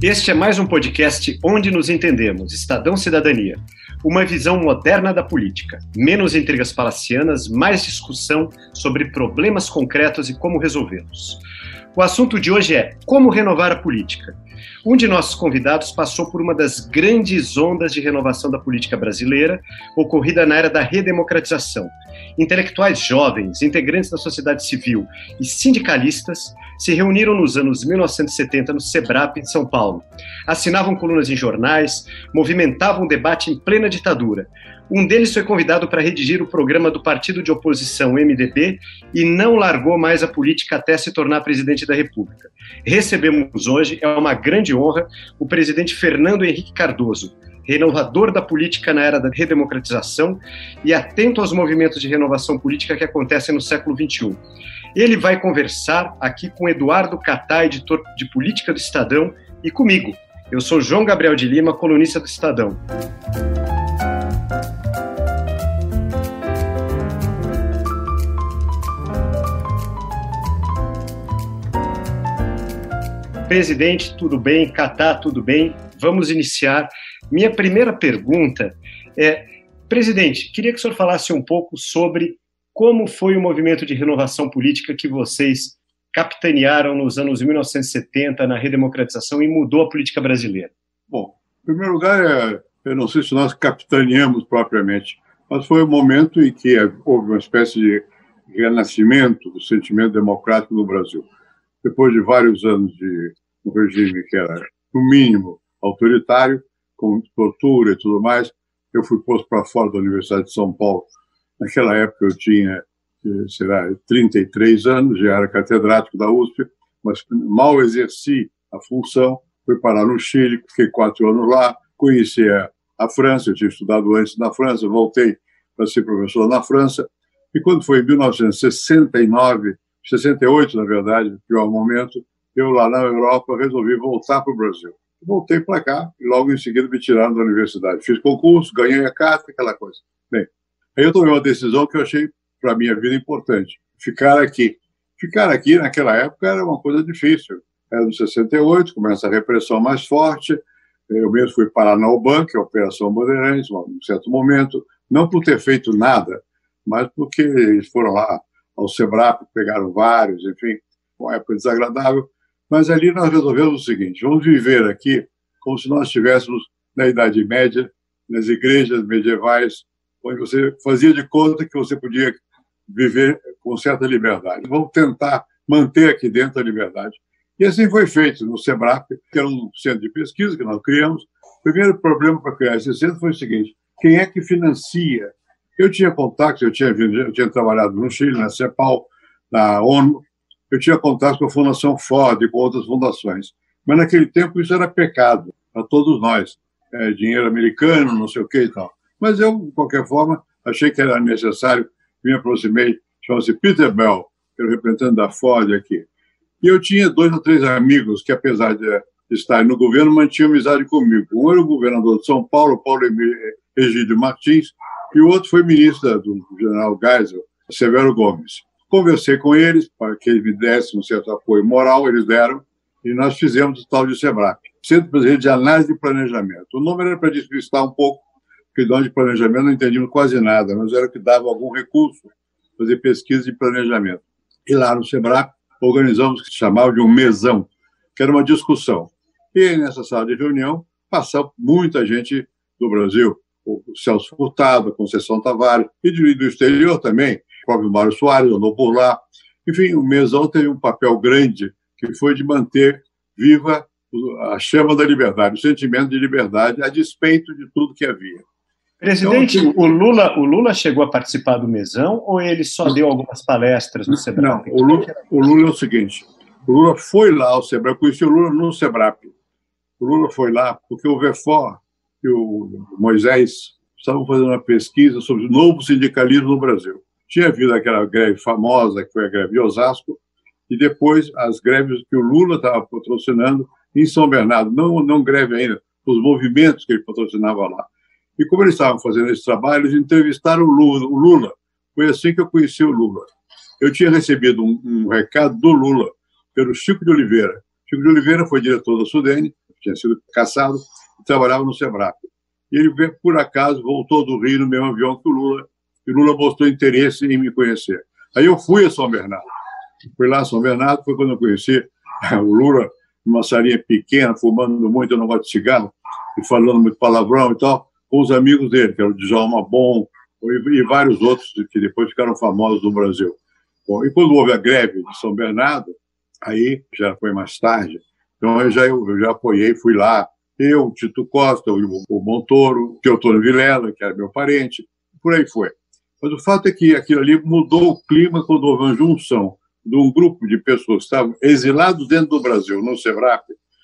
Este é mais um podcast onde nos entendemos, Estadão Cidadania. Uma visão moderna da política. Menos intrigas palacianas, mais discussão sobre problemas concretos e como resolvê-los. O assunto de hoje é como renovar a política. Um de nossos convidados passou por uma das grandes ondas de renovação da política brasileira, ocorrida na era da redemocratização. Intelectuais jovens, integrantes da sociedade civil e sindicalistas se reuniram nos anos 1970 no SEBRAP de São Paulo. Assinavam colunas em jornais, movimentavam um debate em plena ditadura. Um deles foi convidado para redigir o programa do partido de oposição MDB e não largou mais a política até se tornar presidente da República. Recebemos hoje, é uma grande honra, o presidente Fernando Henrique Cardoso, renovador da política na era da redemocratização e atento aos movimentos de renovação política que acontecem no século XXI. Ele vai conversar aqui com Eduardo Cattá, editor de política do Estadão, e comigo. Eu sou João Gabriel de Lima, colunista do Estadão. Presidente, tudo bem? Cattá, tudo bem? Vamos iniciar. Minha primeira pergunta é, presidente, queria que o senhor falasse um pouco sobre como foi o movimento de renovação política que vocês capitanearam nos anos 1970 na redemocratização e mudou a política brasileira. Bom, em primeiro lugar, eu não sei se nós capitaneamos propriamente, mas foi o momento em que houve uma espécie de renascimento do sentimento democrático no Brasil. Depois de vários anos de um regime que era, no mínimo, autoritário, com tortura e tudo mais, eu fui posto para fora da Universidade de São Paulo. Naquela época eu tinha, 33 anos, já era catedrático da USP, mas mal exerci a função, fui parar no Chile, fiquei 4 anos lá, conheci a França, eu tinha estudado antes na França, voltei para ser professor na França, e quando foi em 1969, 68, na verdade, pior momento, eu lá na Europa resolvi voltar para o Brasil. Voltei para cá e logo em seguida me tiraram da universidade. Fiz concurso, ganhei a carta, aquela coisa. Bem, aí eu tomei uma decisão que eu achei para a minha vida importante. Ficar aqui. Ficar aqui naquela época era uma coisa difícil. Era no 68, começa a repressão mais forte. Eu mesmo fui parar na UBAN, que é a Operação Bandeirantes, num certo momento, não por ter feito nada, mas porque eles foram lá ao SEBRAP, pegaram vários, enfim, uma época desagradável. Mas ali nós resolvemos o seguinte, vamos viver aqui como se nós estivéssemos na Idade Média, nas igrejas medievais, onde você fazia de conta que você podia viver com certa liberdade. Vamos tentar manter aqui dentro a liberdade. E assim foi feito no SEBRAP, que era um centro de pesquisa que nós criamos. O primeiro problema para criar esse centro foi o seguinte, quem é que financia? Eu tinha contatos, eu tinha trabalhado no Chile, na CEPAL, na ONU, eu tinha contatos com a Fundação Ford e com outras fundações. Mas naquele tempo isso era pecado para todos nós. Dinheiro americano, não sei o que e tal. Mas eu, de qualquer forma, achei que era necessário, me aproximei, chama-se Peter Bell, que era o representante da Ford aqui. E eu tinha 2 ou 3 amigos que, apesar de estarem no governo, mantinham amizade comigo. Um era o governador de São Paulo, Paulo Egídio Martins, e o outro foi ministro do general Geisel, Severo Gomes. Conversei com eles para que eles me dessem um certo apoio moral, eles deram, e nós fizemos o tal de SEBRAP, Centro Brasileiro de Análise e Planejamento. O nome era para despistar um pouco, porque de planejamento não entendíamos quase nada, mas era que dava algum recurso para fazer pesquisa de planejamento. E lá no SEBRAP organizamos o que se chamava de um mesão, que era uma discussão. E nessa sala de reunião passava muita gente do Brasil, o Celso Furtado, a Conceição Tavares, e do exterior também, o próprio Mário Soares andou por lá. Enfim, o mesão teve um papel grande, que foi de manter viva a chama da liberdade, o sentimento de liberdade, a despeito de tudo que havia. Presidente, então, o Lula chegou a participar do mesão ou ele só deu algumas palestras no SEBRAP? Não, o Lula é o seguinte, o Lula foi lá ao SEBRAP, conheci o Lula no SEBRAP. O Lula foi lá porque o VEFOR e o Moisés estavam fazendo uma pesquisa sobre o novo sindicalismo no Brasil. Tinha havido aquela greve famosa, que foi a greve de Osasco, e depois as greves que o Lula estava patrocinando em São Bernardo, não greve ainda, os movimentos que ele patrocinava lá. E como eles estavam fazendo esse trabalho, eles entrevistaram o Lula. Foi assim que eu conheci o Lula. Eu tinha recebido um recado do Lula, pelo Chico de Oliveira. Chico de Oliveira foi diretor da Sudene, tinha sido cassado e trabalhava no Sebrae. E ele, por acaso, voltou do Rio no mesmo avião que o Lula, e o Lula mostrou interesse em me conhecer. Aí eu fui a São Bernardo. Fui lá a São Bernardo, foi quando eu conheci o Lula, numa salinha pequena, fumando muito, eu não gosto de cigarro, e falando muito palavrão e tal, com os amigos dele, que era o Djalma Bom, e vários outros que depois ficaram famosos no Brasil. Bom, e quando houve a greve de São Bernardo, aí já foi mais tarde, então eu já apoiei, fui lá, eu, o Tito Costa, o Montoro, o Teotônio Vilela, que era meu parente, por aí foi. Mas o fato é que aquilo ali mudou o clima quando houve uma junção de um grupo de pessoas que estavam exilados dentro do Brasil, no Sebrae,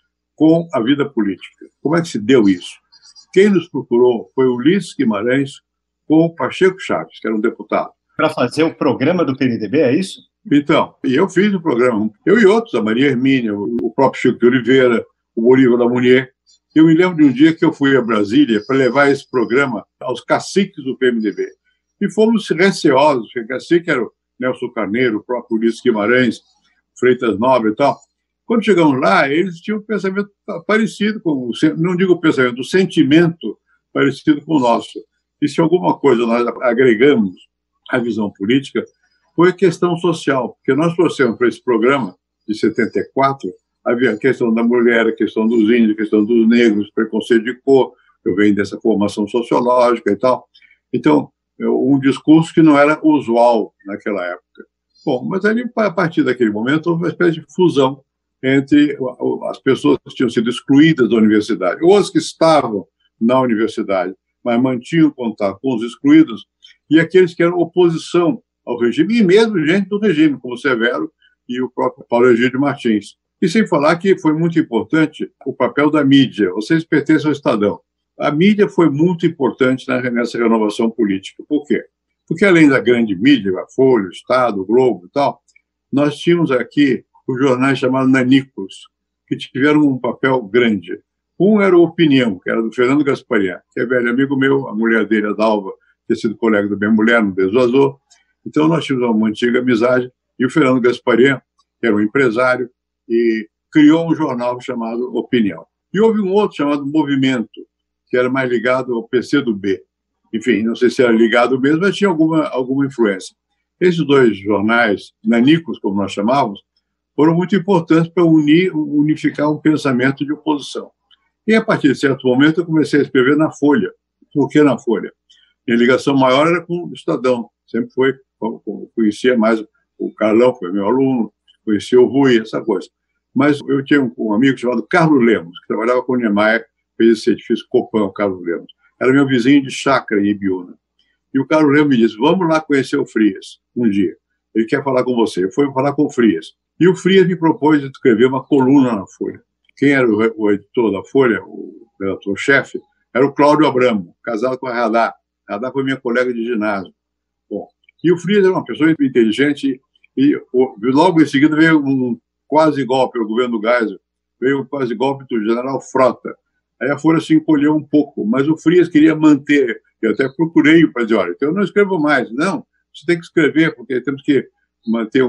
com a vida política. Como é que se deu isso? Quem nos procurou foi o Ulisses Guimarães com o Pacheco Chaves, que era um deputado. Para fazer o programa do PMDB, é isso? Então, e eu fiz o programa, eu e outros, a Maria Hermínia, o próprio Chico de Oliveira, o Bolívar da Munier. Eu me lembro de um dia que eu fui a Brasília para levar esse programa aos caciques do PMDB. E fomos receosos, porque cacique era o Nelson Carneiro, o próprio Ulisses Guimarães, Freitas Nobre e tal. Quando chegamos lá, eles tinham um pensamento parecido com, não digo o pensamento, o sentimento parecido com o nosso. E se alguma coisa nós agregamos à visão política, foi a questão social, porque nós trouxemos para esse programa de 74, havia a questão da mulher, a questão dos índios, a questão dos negros, preconceito de cor, eu venho dessa formação sociológica e tal. Então, um discurso que não era usual naquela época. Bom, mas ali, a partir daquele momento, houve uma espécie de fusão entre as pessoas que tinham sido excluídas da universidade, ou as que estavam na universidade, mas mantinham contato com os excluídos, e aqueles que eram oposição ao regime, e mesmo gente do regime, como Severo e o próprio Paulo Egídio Martins. E sem falar que foi muito importante o papel da mídia. Vocês pertencem ao Estadão. A mídia foi muito importante nessa renovação política. Por quê? Porque além da grande mídia, a Folha, o Estado, o Globo e tal, nós tínhamos aqui os jornais chamados nanicos, que tiveram um papel grande. Um era o Opinião, que era do Fernando Gasparian, que é velho amigo meu, a mulher dele, a Dalva, ter sido colega da minha mulher no Beijo Azul. Então nós tínhamos uma antiga amizade, e o Fernando Gasparian, que era um empresário, e criou um jornal chamado Opinião. E houve um outro chamado Movimento, que era mais ligado ao PCdoB. Enfim, não sei se era ligado mesmo, mas tinha alguma influência. Esses dois jornais, nanicos, como nós chamávamos, foram muito importantes para unificar um pensamento de oposição. E, a partir de certo momento, eu comecei a escrever na Folha. Por que na Folha? Minha ligação maior era com o Estadão. Sempre foi, conhecia mais o Carlão, foi meu aluno, conhecia o Rui, essa coisa. Mas eu tinha um amigo chamado Carlos Lemos, que trabalhava com o Niemeyer, fez esse edifício Copan, o Carlos Lemos. Era meu vizinho de chácara em Ibiúna. E o Carlos Lemos me disse, vamos lá conhecer o Frias, um dia. Ele quer falar com você. Eu fui falar com o Frias. E o Frias me propôs de escrever uma coluna na Folha. Quem era o editor da Folha, o redator-chefe, era o Cláudio Abramo, casado com a Radar. A Radar foi minha colega de ginásio. Bom, e o Frias era uma pessoa inteligente e logo em seguida veio um quase golpe ao governo do Geisel, veio um quase golpe do general Frota. Aí a Folha se encolheu um pouco, mas o Frias queria manter. Eu até procurei para dizer, olha, então eu não escrevo mais. Não, você tem que escrever, porque temos que manter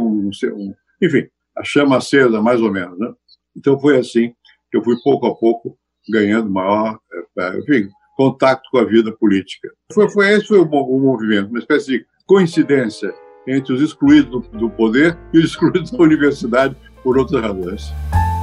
enfim, a chama acesa, mais ou menos, né? Então foi assim que eu fui pouco a pouco ganhando maior, enfim, contato com a vida política. Esse foi o movimento, uma espécie de coincidência entre os excluídos do poder e os excluídos da universidade por outras razões.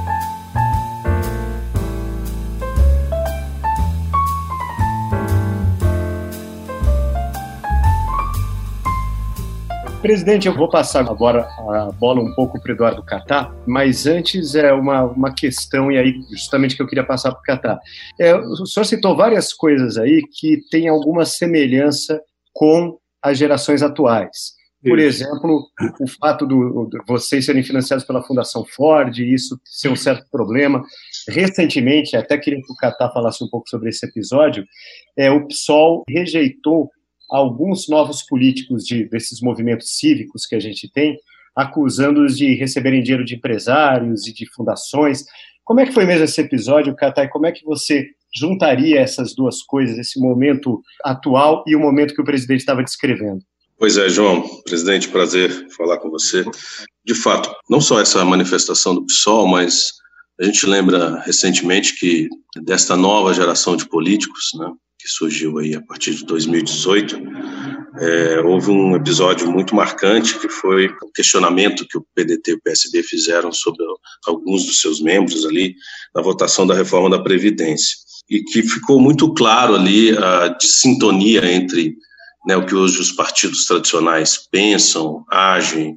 Presidente, eu vou passar agora a bola um pouco para o Eduardo Cattá, mas antes é uma questão, e aí justamente que eu queria passar para o Cattá. O senhor citou várias coisas aí que têm alguma semelhança com as gerações atuais. Por exemplo, o fato de vocês serem financiados pela Fundação Ford, e isso ser um certo problema. Recentemente, até queria que o Cattá falasse um pouco sobre esse episódio, o PSOL rejeitou alguns novos políticos desses movimentos cívicos que a gente tem, acusando-os de receberem dinheiro de empresários e de fundações. Como é que foi mesmo esse episódio, Cattá, e como é que você juntaria essas duas coisas, esse momento atual e o momento que o presidente estava descrevendo? Pois é, João, presidente, prazer falar com você. De fato, não só essa manifestação do PSOL, mas A gente lembra recentemente que desta nova geração de políticos, né, que surgiu aí a partir de 2018, houve um episódio muito marcante que foi o questionamento que o PDT e o PSD fizeram sobre alguns dos seus membros ali na votação da reforma da Previdência, e que ficou muito claro ali a dissintonia entre, né, o que hoje os partidos tradicionais pensam, agem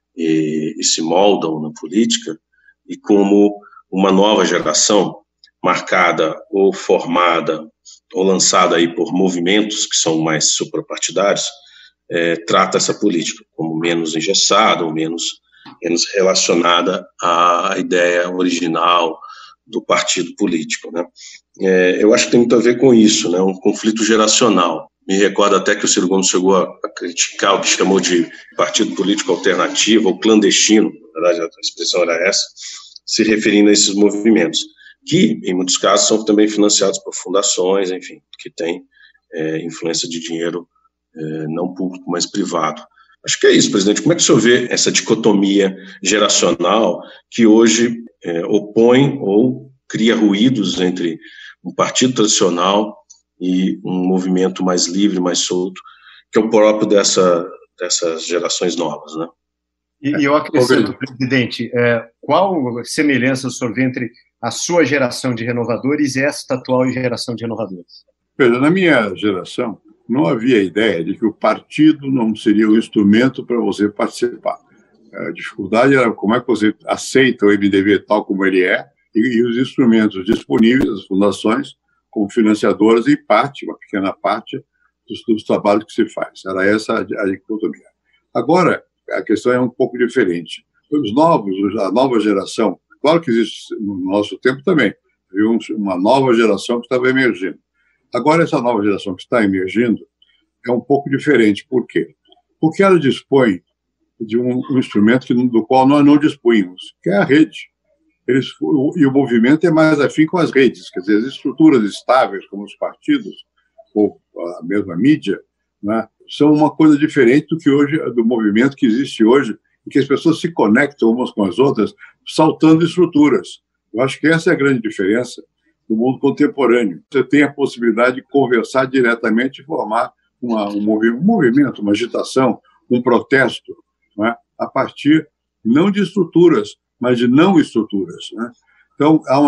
e se moldam na política, e como uma nova geração marcada ou formada ou lançada aí por movimentos que são mais suprapartidários, trata essa política como menos engessada ou menos relacionada à ideia original do partido político, né? Eu acho que tem muito a ver com isso, né? Um conflito geracional. Me recordo até que o Ciro Gomes chegou a criticar o que chamou de partido político alternativo ou clandestino, na verdade a expressão era essa, se referindo a esses movimentos, que em muitos casos são também financiados por fundações, enfim, que têm influência de dinheiro não público, mas privado. Acho que é isso, presidente. Como é que o senhor vê essa dicotomia geracional que hoje opõe ou cria ruídos entre um partido tradicional e um movimento mais livre, mais solto, que é o próprio dessas gerações novas, né? E eu acrescento, presidente, qual semelhança o senhor vê entre a sua geração de renovadores e esta atual geração de renovadores? Pedro, na minha geração, não havia ideia de que o partido não seria o instrumento para você participar. A dificuldade era como é que você aceita o MDB tal como ele é e os instrumentos disponíveis, as fundações, como financiadoras e uma pequena parte dos trabalhos que se faz. Era essa a dicotomia. Agora, a questão é um pouco diferente. A nova geração, claro que existe no nosso tempo também, viu uma nova geração que estava emergindo. Agora, essa nova geração que está emergindo é um pouco diferente. Por quê? Porque ela dispõe de um instrumento do qual nós não dispunhamos, que é a rede. E o movimento é mais afim com as redes, quer dizer, as estruturas estáveis, como os partidos, ou a mesma mídia, né, são uma coisa diferente do movimento que existe hoje, em que as pessoas se conectam umas com as outras, saltando estruturas. Eu acho que essa é a grande diferença no mundo contemporâneo. Você tem a possibilidade de conversar diretamente e formar um movimento, uma agitação, um protesto, né, a partir não de estruturas, mas de não estruturas, né? Então, há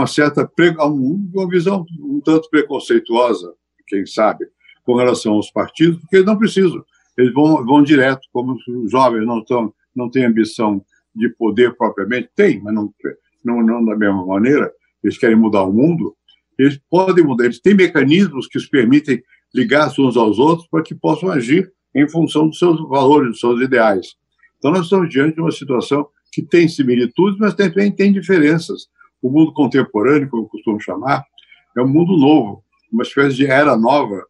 uma visão um tanto preconceituosa, quem sabe, com relação aos partidos, porque eles não precisam. Eles vão direto, como os jovens não têm ambição de poder propriamente, tem, mas não da mesma maneira, eles querem mudar o mundo, eles podem mudar, eles têm mecanismos que os permitem ligar-se uns aos outros para que possam agir em função dos seus valores, dos seus ideais. Então, nós estamos diante de uma situação que tem similitudes, mas também tem diferenças. O mundo contemporâneo, como eu costumo chamar, é um mundo novo, uma espécie de era nova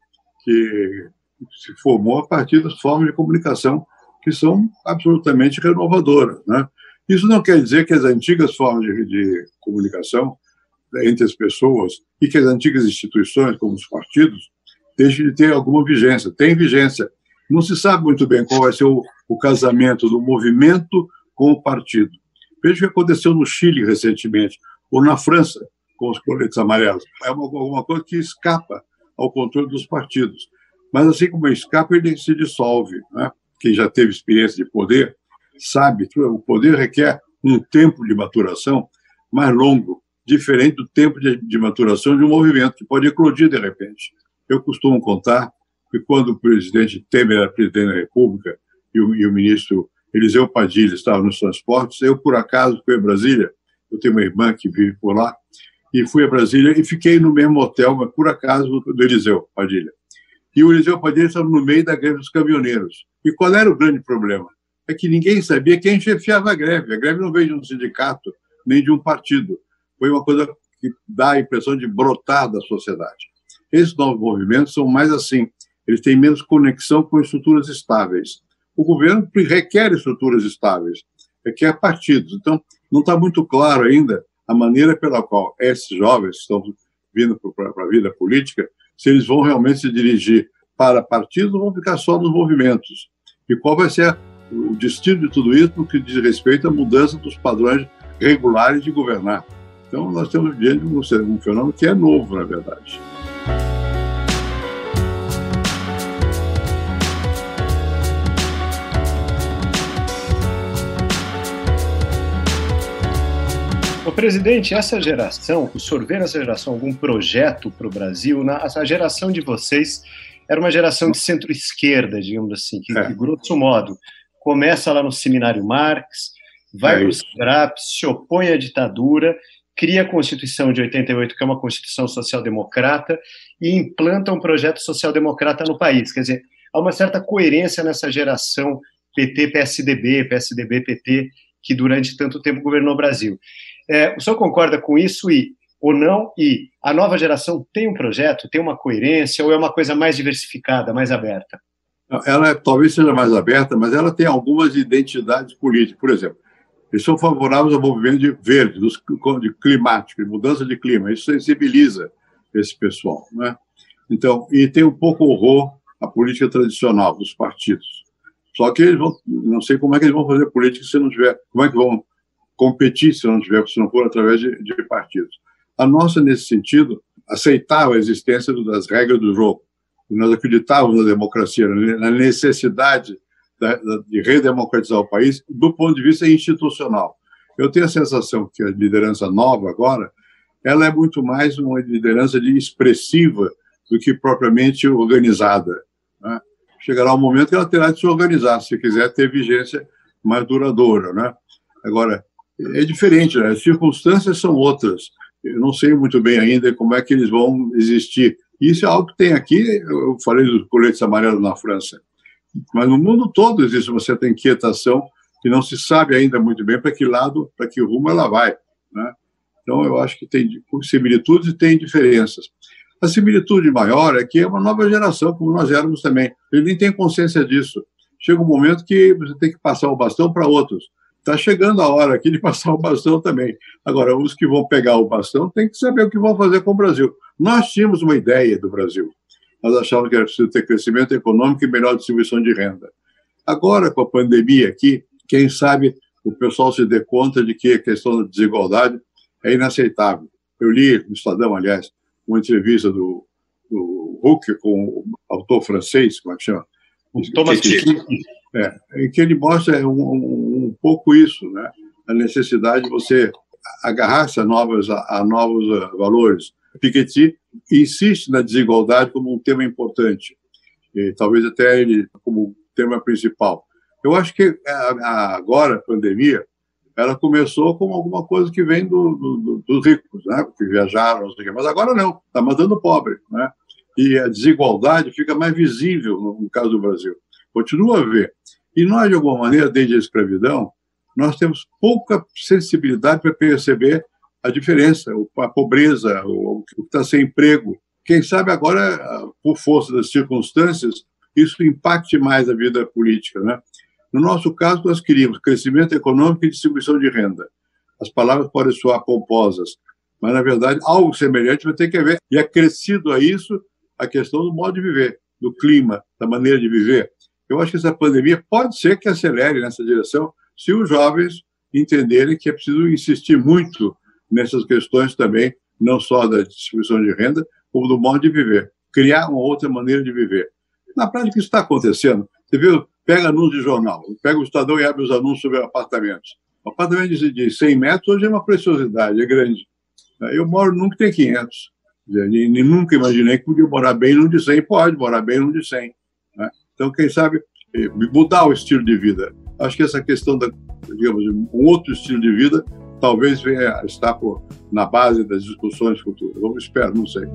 que se formou a partir das formas de comunicação que são absolutamente renovadoras, né? Isso não quer dizer que as antigas formas de comunicação entre as pessoas e que as antigas instituições, como os partidos, deixem de ter alguma vigência. Tem vigência. Não se sabe muito bem qual vai ser o casamento do movimento com o partido. Veja o que aconteceu no Chile recentemente, ou na França, com os coletes amarelos. É alguma coisa que escapa ao controle dos partidos. Mas assim como escapa, ele se dissolve, né? Quem já teve experiência de poder sabe que o poder requer um tempo de maturação mais longo, diferente do tempo de maturação de um movimento que pode eclodir de repente. Eu costumo contar que quando o presidente Temer era presidente da República e o ministro Eliseu Padilha estava nos transportes, eu, por acaso, fui a Brasília, eu tenho uma irmã que vive por lá, e fui a Brasília e fiquei no mesmo hotel, mas por acaso, do Eliseu Padilha. E o Eliseu Padilha estava no meio da greve dos caminhoneiros. E qual era o grande problema? É que ninguém sabia quem chefiava a greve. A greve não veio de um sindicato, nem de um partido. Foi uma coisa que dá a impressão de brotar da sociedade. Esses novos movimentos são mais assim, eles têm menos conexão com estruturas estáveis. O governo requer estruturas estáveis, requer partidos. Então, não está muito claro ainda a maneira pela qual esses jovens que estão vindo para a vida política, se eles vão realmente se dirigir para partidos ou vão ficar só nos movimentos. E qual vai ser o destino de tudo isso no que diz respeito à mudança dos padrões regulares de governar. Então, nós estamos diante de um fenômeno que é novo, na verdade. Ô, presidente, essa geração, o senhor vê nessa geração algum projeto para o Brasil? A geração de vocês era uma geração de centro-esquerda, digamos assim, que grosso modo, começa lá no Seminário Marx, vai para os GRAPS, se opõe à ditadura, cria a Constituição de 88, que é uma Constituição social-democrata, e implanta um projeto social-democrata no país. Quer dizer, há uma certa coerência nessa geração PT-PSDB, PSDB-PT, que durante tanto tempo governou o Brasil. O senhor concorda com isso ou não? E a nova geração tem um projeto, tem uma coerência, ou é uma coisa mais diversificada, mais aberta? Ela talvez seja mais aberta, mas ela tem algumas identidades políticas. Por exemplo, eles são favoráveis ao movimento de verde, de climático, de mudança de clima. Isso sensibiliza esse pessoal, né? Então, e tem um pouco horror à política tradicional dos partidos. Só que eles vão, não sei como é que eles vão fazer política se não tiver, como é que vão competir se não for através de partidos. A nossa, nesse sentido, aceitava a existência das regras do jogo. E nós acreditávamos na democracia, na necessidade de redemocratizar o país do ponto de vista institucional. Eu tenho a sensação que a liderança nova agora, ela é muito mais uma liderança expressiva do que propriamente organizada, né? Chegará um momento que ela terá de se organizar, se quiser ter vigência mais duradoura, né? Agora, é diferente, né? As circunstâncias são outras. Eu não sei muito bem ainda como é que eles vão existir. Isso é algo que tem aqui, eu falei dos coletes amarelos na França, mas no mundo todo existe uma certa inquietação que não se sabe ainda muito bem para que lado, para que rumo ela vai, né? Então, eu acho que tem similitudes e tem diferenças. A similitude maior é que é uma nova geração, como nós éramos também. Ele nem tem consciência disso. Chega um momento que você tem que passar o bastão para outros. Está chegando a hora aqui de passar o bastão também. Agora, os que vão pegar o bastão têm que saber o que vão fazer com o Brasil. Nós tínhamos uma ideia do Brasil. Nós achávamos que era preciso ter crescimento econômico e melhor distribuição de renda. Agora, com a pandemia aqui, quem sabe o pessoal se dê conta de que a questão da desigualdade é inaceitável. Eu li no Estadão, aliás, uma entrevista do Huck com o autor francês, como é que chama? Thomas Piketty. Em que ele mostra um pouco isso, né? A necessidade de você agarrar-se a novos valores. Piketty insiste na desigualdade como um tema importante, e talvez até ele como tema principal. Eu acho que agora, a pandemia, ela começou com alguma coisa que vem dos ricos, né? Que viajaram, não sei o quê. Mas agora não, está matando o pobre, né? E a desigualdade fica mais visível no caso do Brasil. Continua a ver. E nós, de alguma maneira, desde a escravidão, nós temos pouca sensibilidade para perceber a diferença, a pobreza, o que está sem emprego. Quem sabe agora, por força das circunstâncias, isso impacte mais a vida política, né? No nosso caso, nós queríamos crescimento econômico e distribuição de renda. As palavras podem soar pomposas, mas, na verdade, algo semelhante vai ter que haver. E acrescido a isso a questão do modo de viver, do clima, da maneira de viver. Eu acho que essa pandemia pode ser que acelere nessa direção se os jovens entenderem que é preciso insistir muito nessas questões também, não só da distribuição de renda, como do modo de viver. Criar uma outra maneira de viver. Na prática, isso está acontecendo. Você viu? Pega anúncio de jornal, pega o Estadão e abre os anúncios sobre apartamentos. O apartamento de 100 metros hoje é uma preciosidade, é grande. Eu moro num que tem 500. E nunca imaginei que podia morar bem num de 100. Pode morar bem num de 100. Né? Então, quem sabe, mudar o estilo de vida. Acho que essa questão digamos, um outro estilo de vida talvez venha a estar na base das discussões futuras. Vamos esperar, não sei.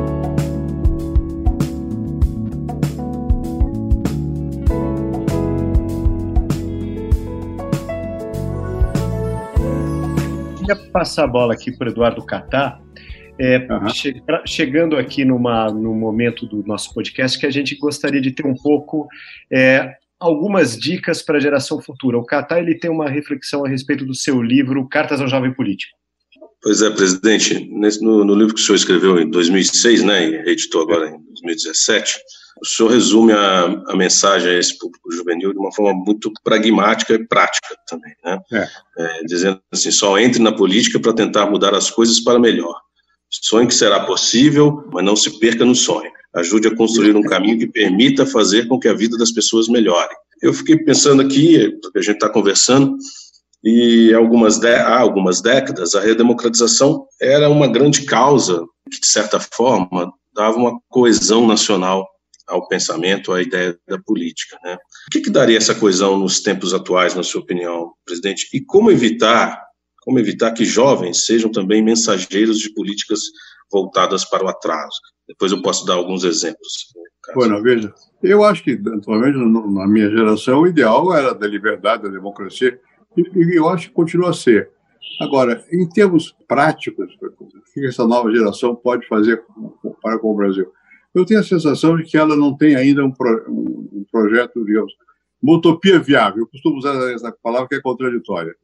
Queria passar a bola aqui para o Eduardo Catá, chegando aqui no momento do nosso podcast que a gente gostaria de ter um pouco algumas dicas para a geração futura. O Catá ele tem uma reflexão a respeito do seu livro Cartas ao Jovem Político. Pois é, presidente, no livro que o senhor escreveu em 2006, né, e reeditou agora em 2017, o senhor resume a mensagem a esse público juvenil de uma forma muito pragmática e prática também, né? Dizendo assim, só entre na política para tentar mudar as coisas para melhor. Sonhe que será possível, mas não se perca no sonho. Ajude a construir um caminho que permita fazer com que a vida das pessoas melhore. Eu fiquei pensando aqui, porque a gente está conversando, e há algumas décadas a redemocratização era uma grande causa que, de certa forma, dava uma coesão nacional ao pensamento, à ideia da política, né? O que daria essa coesão nos tempos atuais, na sua opinião, presidente? E como evitar que jovens sejam também mensageiros de políticas voltadas para o atraso? Depois eu posso dar alguns exemplos. Bueno, veja, eu acho que, atualmente, na minha geração, o ideal era da liberdade, da democracia, e eu acho que continua a ser. Agora, em termos práticos, o que essa nova geração pode fazer para com o Brasil? Eu tenho a sensação de que ela não tem ainda um projeto, digamos, uma utopia viável. Eu costumo usar essa palavra que é contraditória.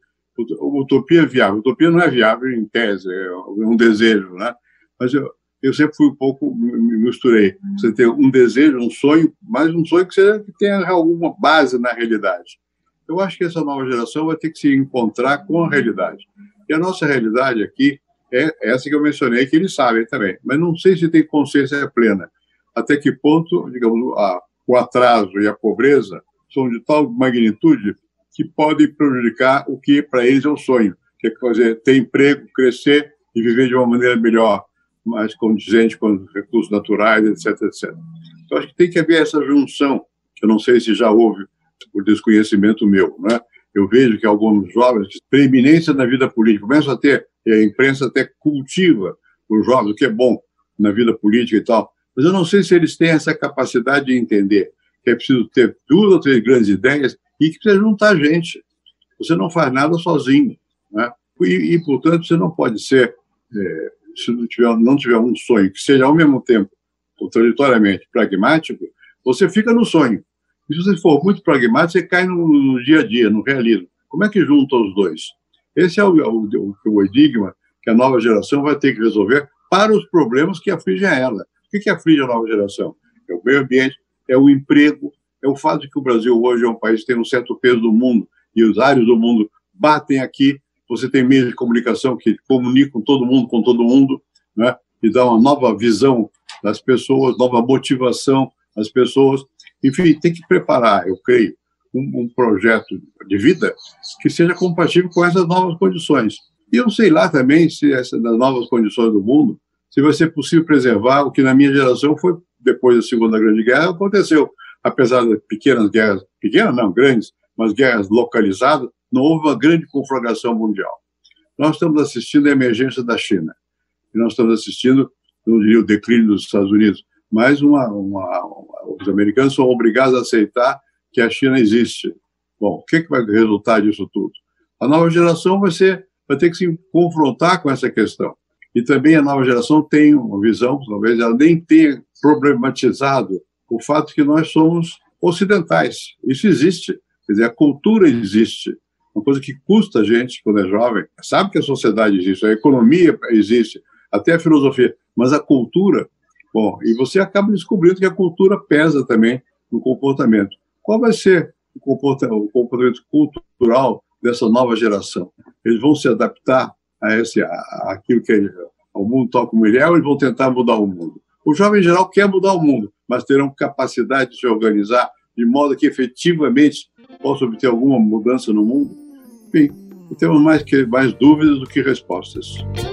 Utopia viável. Utopia não é viável em tese, é um desejo, né? Mas eu sempre fui um pouco, me misturei. Você tem um desejo, um sonho, mas um sonho que tenha alguma base na realidade. Eu acho que essa nova geração vai ter que se encontrar com a realidade. E a nossa realidade aqui é essa que eu mencionei, que eles sabem também. Mas não sei se tem consciência plena. Até que ponto, digamos, o atraso e a pobreza são de tal magnitude que podem prejudicar o que para eles é um sonho, que é fazer, ter emprego, crescer e viver de uma maneira melhor, mais condizente com os recursos naturais, etc, etc. Então, acho que tem que haver essa junção, que eu não sei se já houve, por desconhecimento meu, né? Eu vejo que alguns jovens, preeminência na vida política, começam a ter, e a imprensa até cultiva os jovens, o que é bom na vida política e tal, mas eu não sei se eles têm essa capacidade de entender que é preciso ter 2 ou 3 grandes ideias e que precisa juntar gente. Você não faz nada sozinho, né? E portanto, você não pode ser, se não tiver um sonho que seja, ao mesmo tempo, contraditoriamente pragmático, você fica no sonho. E se você for muito pragmático, você cai no dia a dia, no realismo. Como é que junta os dois? Esse é o enigma que a nova geração vai ter que resolver para os problemas que afligem a ela. O que aflige a nova geração? É o meio ambiente, é o emprego, é o fato de que o Brasil hoje é um país que tem um certo peso do mundo e os áreas do mundo batem aqui. Você tem meios de comunicação que comunicam todo mundo com todo mundo, né? E dá uma nova visão das pessoas, nova motivação às pessoas. Enfim, tem que preparar, eu creio, um projeto de vida que seja compatível com essas novas condições. E eu sei lá também se das novas condições do mundo, se vai ser possível preservar o que na minha geração foi, depois da Segunda Grande Guerra, aconteceu. Apesar de pequenas guerras, pequenas não, grandes, mas guerras localizadas, não houve uma grande conflagração mundial. Nós estamos assistindo a emergência da China. E nós estamos assistindo, não diria o declínio dos Estados Unidos, mas os americanos são obrigados a aceitar que a China existe. Bom, o que vai resultar disso tudo? A nova geração vai ter que se confrontar com essa questão. E também a nova geração tem uma visão, talvez ela nem tenha problematizado o fato que nós somos ocidentais. Isso existe. Quer dizer, a cultura existe. Uma coisa que custa a gente quando é jovem. Sabe que a sociedade existe, a economia existe, até a filosofia. Mas a cultura, bom, e você acaba descobrindo que a cultura pesa também no comportamento. Qual vai ser o comportamento cultural dessa nova geração? Eles vão se adaptar àquilo que o mundo tal como ele é, ou eles vão tentar mudar o mundo? O jovem, em geral, quer mudar o mundo, mas terão capacidade de se organizar de modo que, efetivamente, possa obter alguma mudança no mundo? Enfim, temos mais dúvidas do que respostas.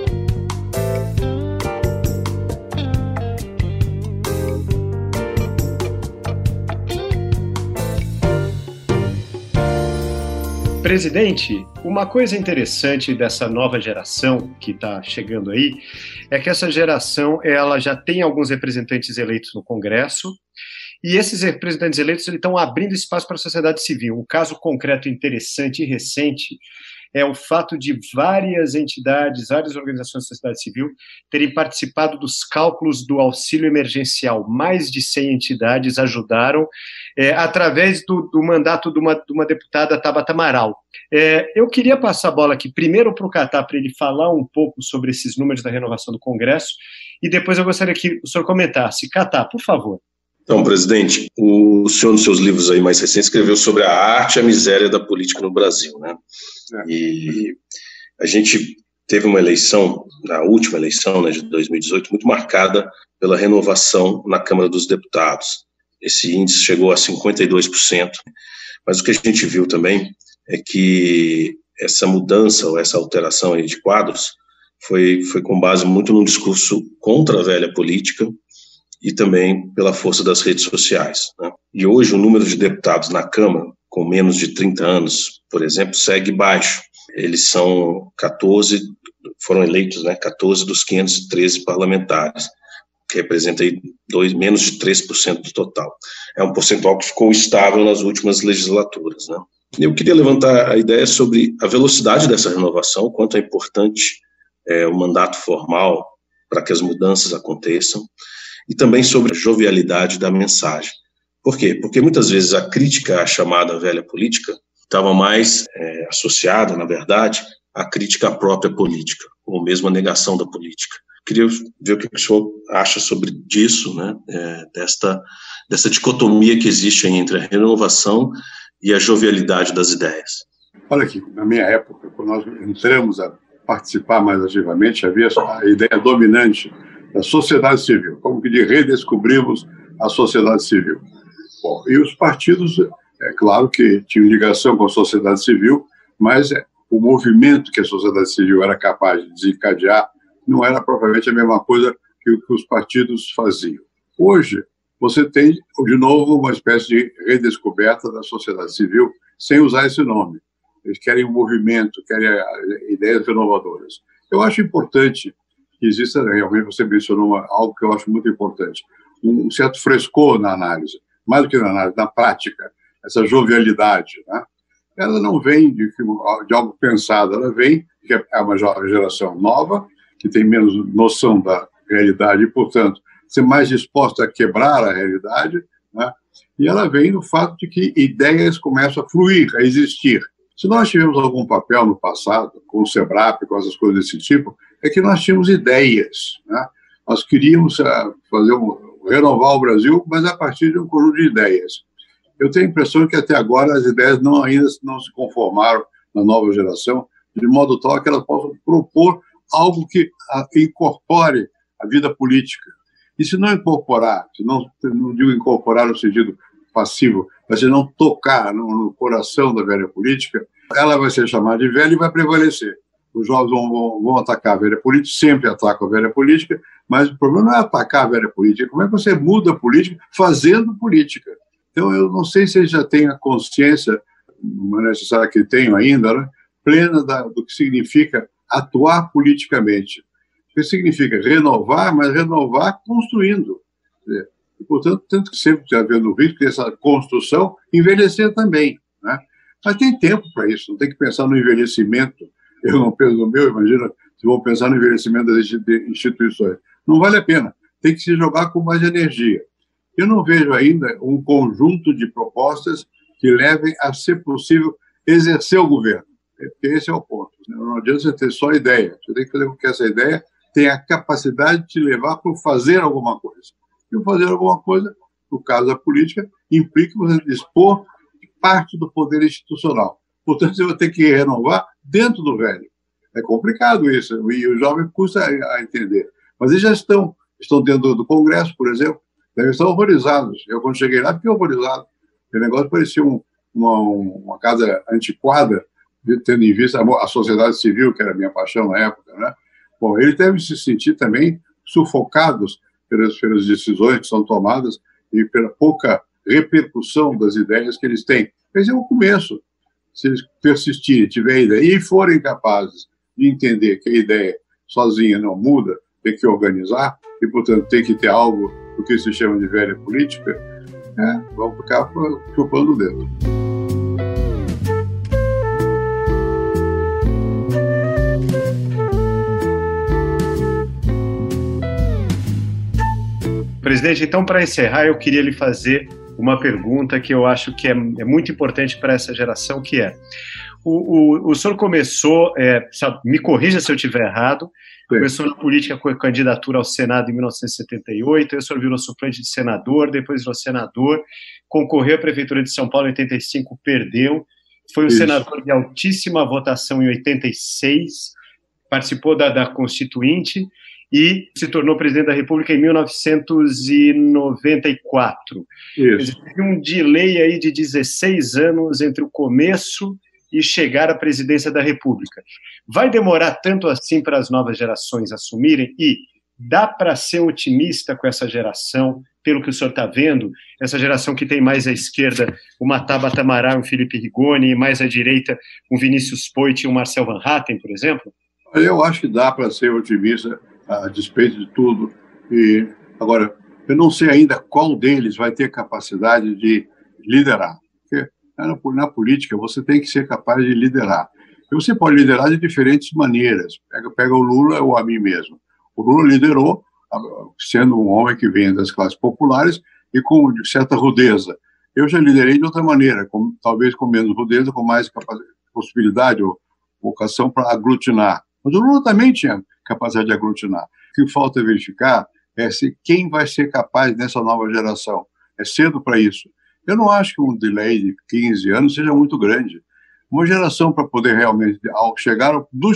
Presidente, uma coisa interessante dessa nova geração que está chegando aí é que essa geração ela já tem alguns representantes eleitos no Congresso e esses representantes eleitos estão abrindo espaço para a sociedade civil. Um caso concreto interessante e recente é o fato de várias entidades, várias organizações da sociedade civil terem participado dos cálculos do auxílio emergencial. Mais de 100 entidades ajudaram, através do mandato de uma deputada, Tabata Amaral. Eu queria passar a bola aqui primeiro para o Catar, para ele falar um pouco sobre esses números da renovação do Congresso, e depois eu gostaria que o senhor comentasse. Catar, por favor. Então, presidente, o senhor, nos seus livros aí mais recentes, escreveu sobre a arte e a miséria da política no Brasil, né? E a gente teve uma eleição, na última eleição, né, de 2018, muito marcada pela renovação na Câmara dos Deputados. Esse índice chegou a 52%, mas o que a gente viu também é que essa mudança, ou essa alteração aí de quadros, foi com base muito num discurso contra a velha política, e também pela força das redes sociais, né? E hoje o número de deputados na Câmara, com menos de 30 anos, por exemplo, segue baixo. Eles são 14, foram eleitos, né, 14 dos 513 parlamentares, que representa aí menos de 3% do total. É um percentual que ficou estável nas últimas legislaturas, né? Eu queria levantar a ideia sobre a velocidade dessa renovação, quanto é importante o mandato formal para que as mudanças aconteçam, e também sobre a jovialidade da mensagem. Por quê? Porque muitas vezes a crítica à chamada velha política estava mais associada, na verdade, à crítica à própria política, ou mesmo à negação da política. Queria ver o que o senhor acha sobre disso, né? Dessa dicotomia que existe entre a renovação e a jovialidade das ideias. Olha aqui, na minha época, quando nós entramos a participar mais ativamente, havia a ideia dominante da sociedade civil, como que redescobrimos a sociedade civil. Bom, e os partidos, é claro que tinham ligação com a sociedade civil, mas o movimento que a sociedade civil era capaz de desencadear não era propriamente a mesma coisa que os partidos faziam. Hoje, você tem, de novo, uma espécie de redescoberta da sociedade civil, sem usar esse nome. Eles querem um movimento, querem ideias renovadoras. Eu acho importante que exista, realmente, você mencionou algo que eu acho muito importante, um certo frescor na análise, mais do que na análise, na prática, essa jovialidade, né? Ela não vem de algo pensado, ela vem que é uma geração nova, que tem menos noção da realidade e, portanto, ser mais disposta a quebrar a realidade, né? E ela vem no fato de que ideias começam a fluir, a existir. Se nós tivemos algum papel no passado, com o SEBRAP, com essas coisas desse tipo, é que nós tínhamos ideias, né? Nós queríamos renovar o Brasil, mas a partir de um conjunto de ideias. Eu tenho a impressão que até agora as ideias ainda não se conformaram na nova geração, de modo tal que elas possam propor algo que incorpore a vida política. E se não incorporar, não digo incorporar no sentido passivo, mas se não tocar no coração da velha política, ela vai ser chamada de velha e vai prevalecer. Os jovens vão atacar a velha política, sempre atacam a velha política, mas o problema não é atacar a velha política, como é que você muda a política fazendo política? Então, eu não sei se eles já têm a consciência, não é necessário que tenham ainda, né, plena do que significa atuar politicamente. O que significa renovar, mas renovar construindo. E, portanto, tanto que sempre havendo o risco dessa construção envelhecer também, né? Mas tem tempo para isso, não tem que pensar no envelhecimento. Eu não penso no meu, imagina se vão pensar no envelhecimento das instituições. Não vale a pena, tem que se jogar com mais energia. Eu não vejo ainda um conjunto de propostas que levem a ser possível exercer o governo, porque esse é o ponto. Não adianta você ter só ideia, você tem que fazer com que essa ideia tenha a capacidade de te levar para fazer alguma coisa. E o fazer alguma coisa, no caso da política, implica você dispor de parte do poder institucional. Portanto, você vai ter que renovar dentro do velho. É complicado isso, e o jovem custa a entender. Mas eles já estão dentro do Congresso, por exemplo, devem estar horrorizados. Eu, quando cheguei lá, fiquei horrorizado. O negócio parecia uma casa antiquada, tendo em vista a sociedade civil, que era a minha paixão na época, né? Bom, eles devem se sentir também sufocados pelas decisões que são tomadas e pela pouca repercussão das ideias que eles têm. Mas é o começo. Se eles persistirem, tiverem ideia e forem capazes de entender que a ideia sozinha não muda, tem que organizar e, portanto, tem que ter algo do que se chama de velha política, vamos ficar chupando o dedo. Presidente, então, para encerrar, eu queria lhe fazer uma pergunta que eu acho que é muito importante para essa geração, que é, o senhor começou, me corrija se eu estiver errado, começou na política com a candidatura ao Senado em 1978, aí o senhor virou suplente de senador, depois virou senador, concorreu à Prefeitura de São Paulo em 85, perdeu, foi um senador de altíssima votação em 86, participou da Constituinte e se tornou presidente da República em 1994. Isso. Teve um delay aí de 16 anos entre o começo e chegar à presidência da República. Vai demorar tanto assim para as novas gerações assumirem? E dá para ser otimista com essa geração, pelo que o senhor está vendo, essa geração que tem mais à esquerda uma Tabata Amaral, um Felipe Rigoni, e mais à direita um Vinícius Poit e um Marcel Van Hatten, por exemplo? Eu acho que dá para ser otimista a despeito de tudo. E, agora, eu não sei ainda qual deles vai ter capacidade de liderar. Porque na política você tem que ser capaz de liderar. E você pode liderar de diferentes maneiras. Pega o Lula ou a mim mesmo. O Lula liderou sendo um homem que vem das classes populares e com certa rudeza. Eu já liderei de outra maneira, talvez com menos rudeza, com mais possibilidade ou vocação para aglutinar. Mas o Lula também tinha capacidade de aglutinar. O que falta verificar é quem vai ser capaz nessa nova geração. É cedo para isso. Eu não acho que um delay de 15 anos seja muito grande. Uma geração para poder realmente, ao chegar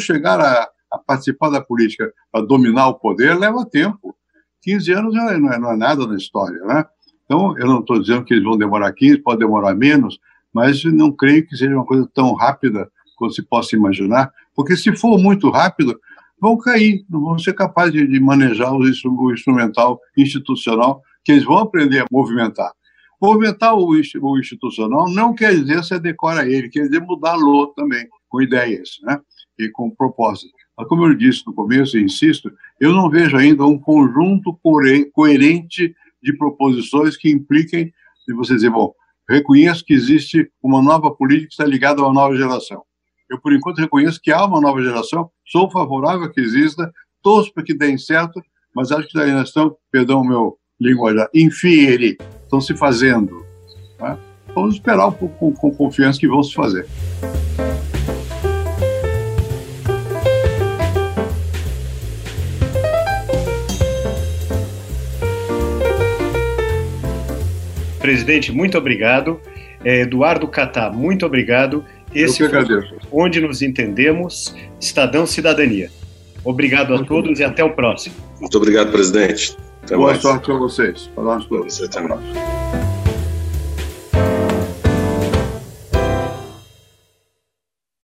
a participar da política, para dominar o poder, leva tempo. 15 anos não é nada na história, né? Então, eu não estou dizendo que eles vão demorar 15, pode demorar menos, mas não creio que seja uma coisa tão rápida quanto se possa imaginar, porque se for muito rápido, vão cair, não vão ser capazes de manejar o instrumental institucional que eles vão aprender a movimentar. Movimentar o institucional não quer dizer se adequar a ele, quer dizer mudá-lo também, com ideias, né? E com propostas. Mas, como eu disse no começo e insisto, eu não vejo ainda um conjunto coerente de proposições que impliquem de você dizer, bom, reconheço que existe uma nova política que está ligada a uma nova geração. Eu, por enquanto, reconheço que há uma nova geração, sou favorável a que exista, torço para que deem certo, mas acho que ainda estão, perdão o meu linguajar, infiere, estão se fazendo. Tá? Vamos esperar um pouco com confiança que vão se fazer. Presidente, muito obrigado. Eduardo Cattá, muito obrigado. Esse foi Onde Nos Entendemos, Estadão Cidadania. Obrigado a todos e até o próximo. Muito obrigado, presidente. Boa sorte para vocês. Para nós todos. Até mais.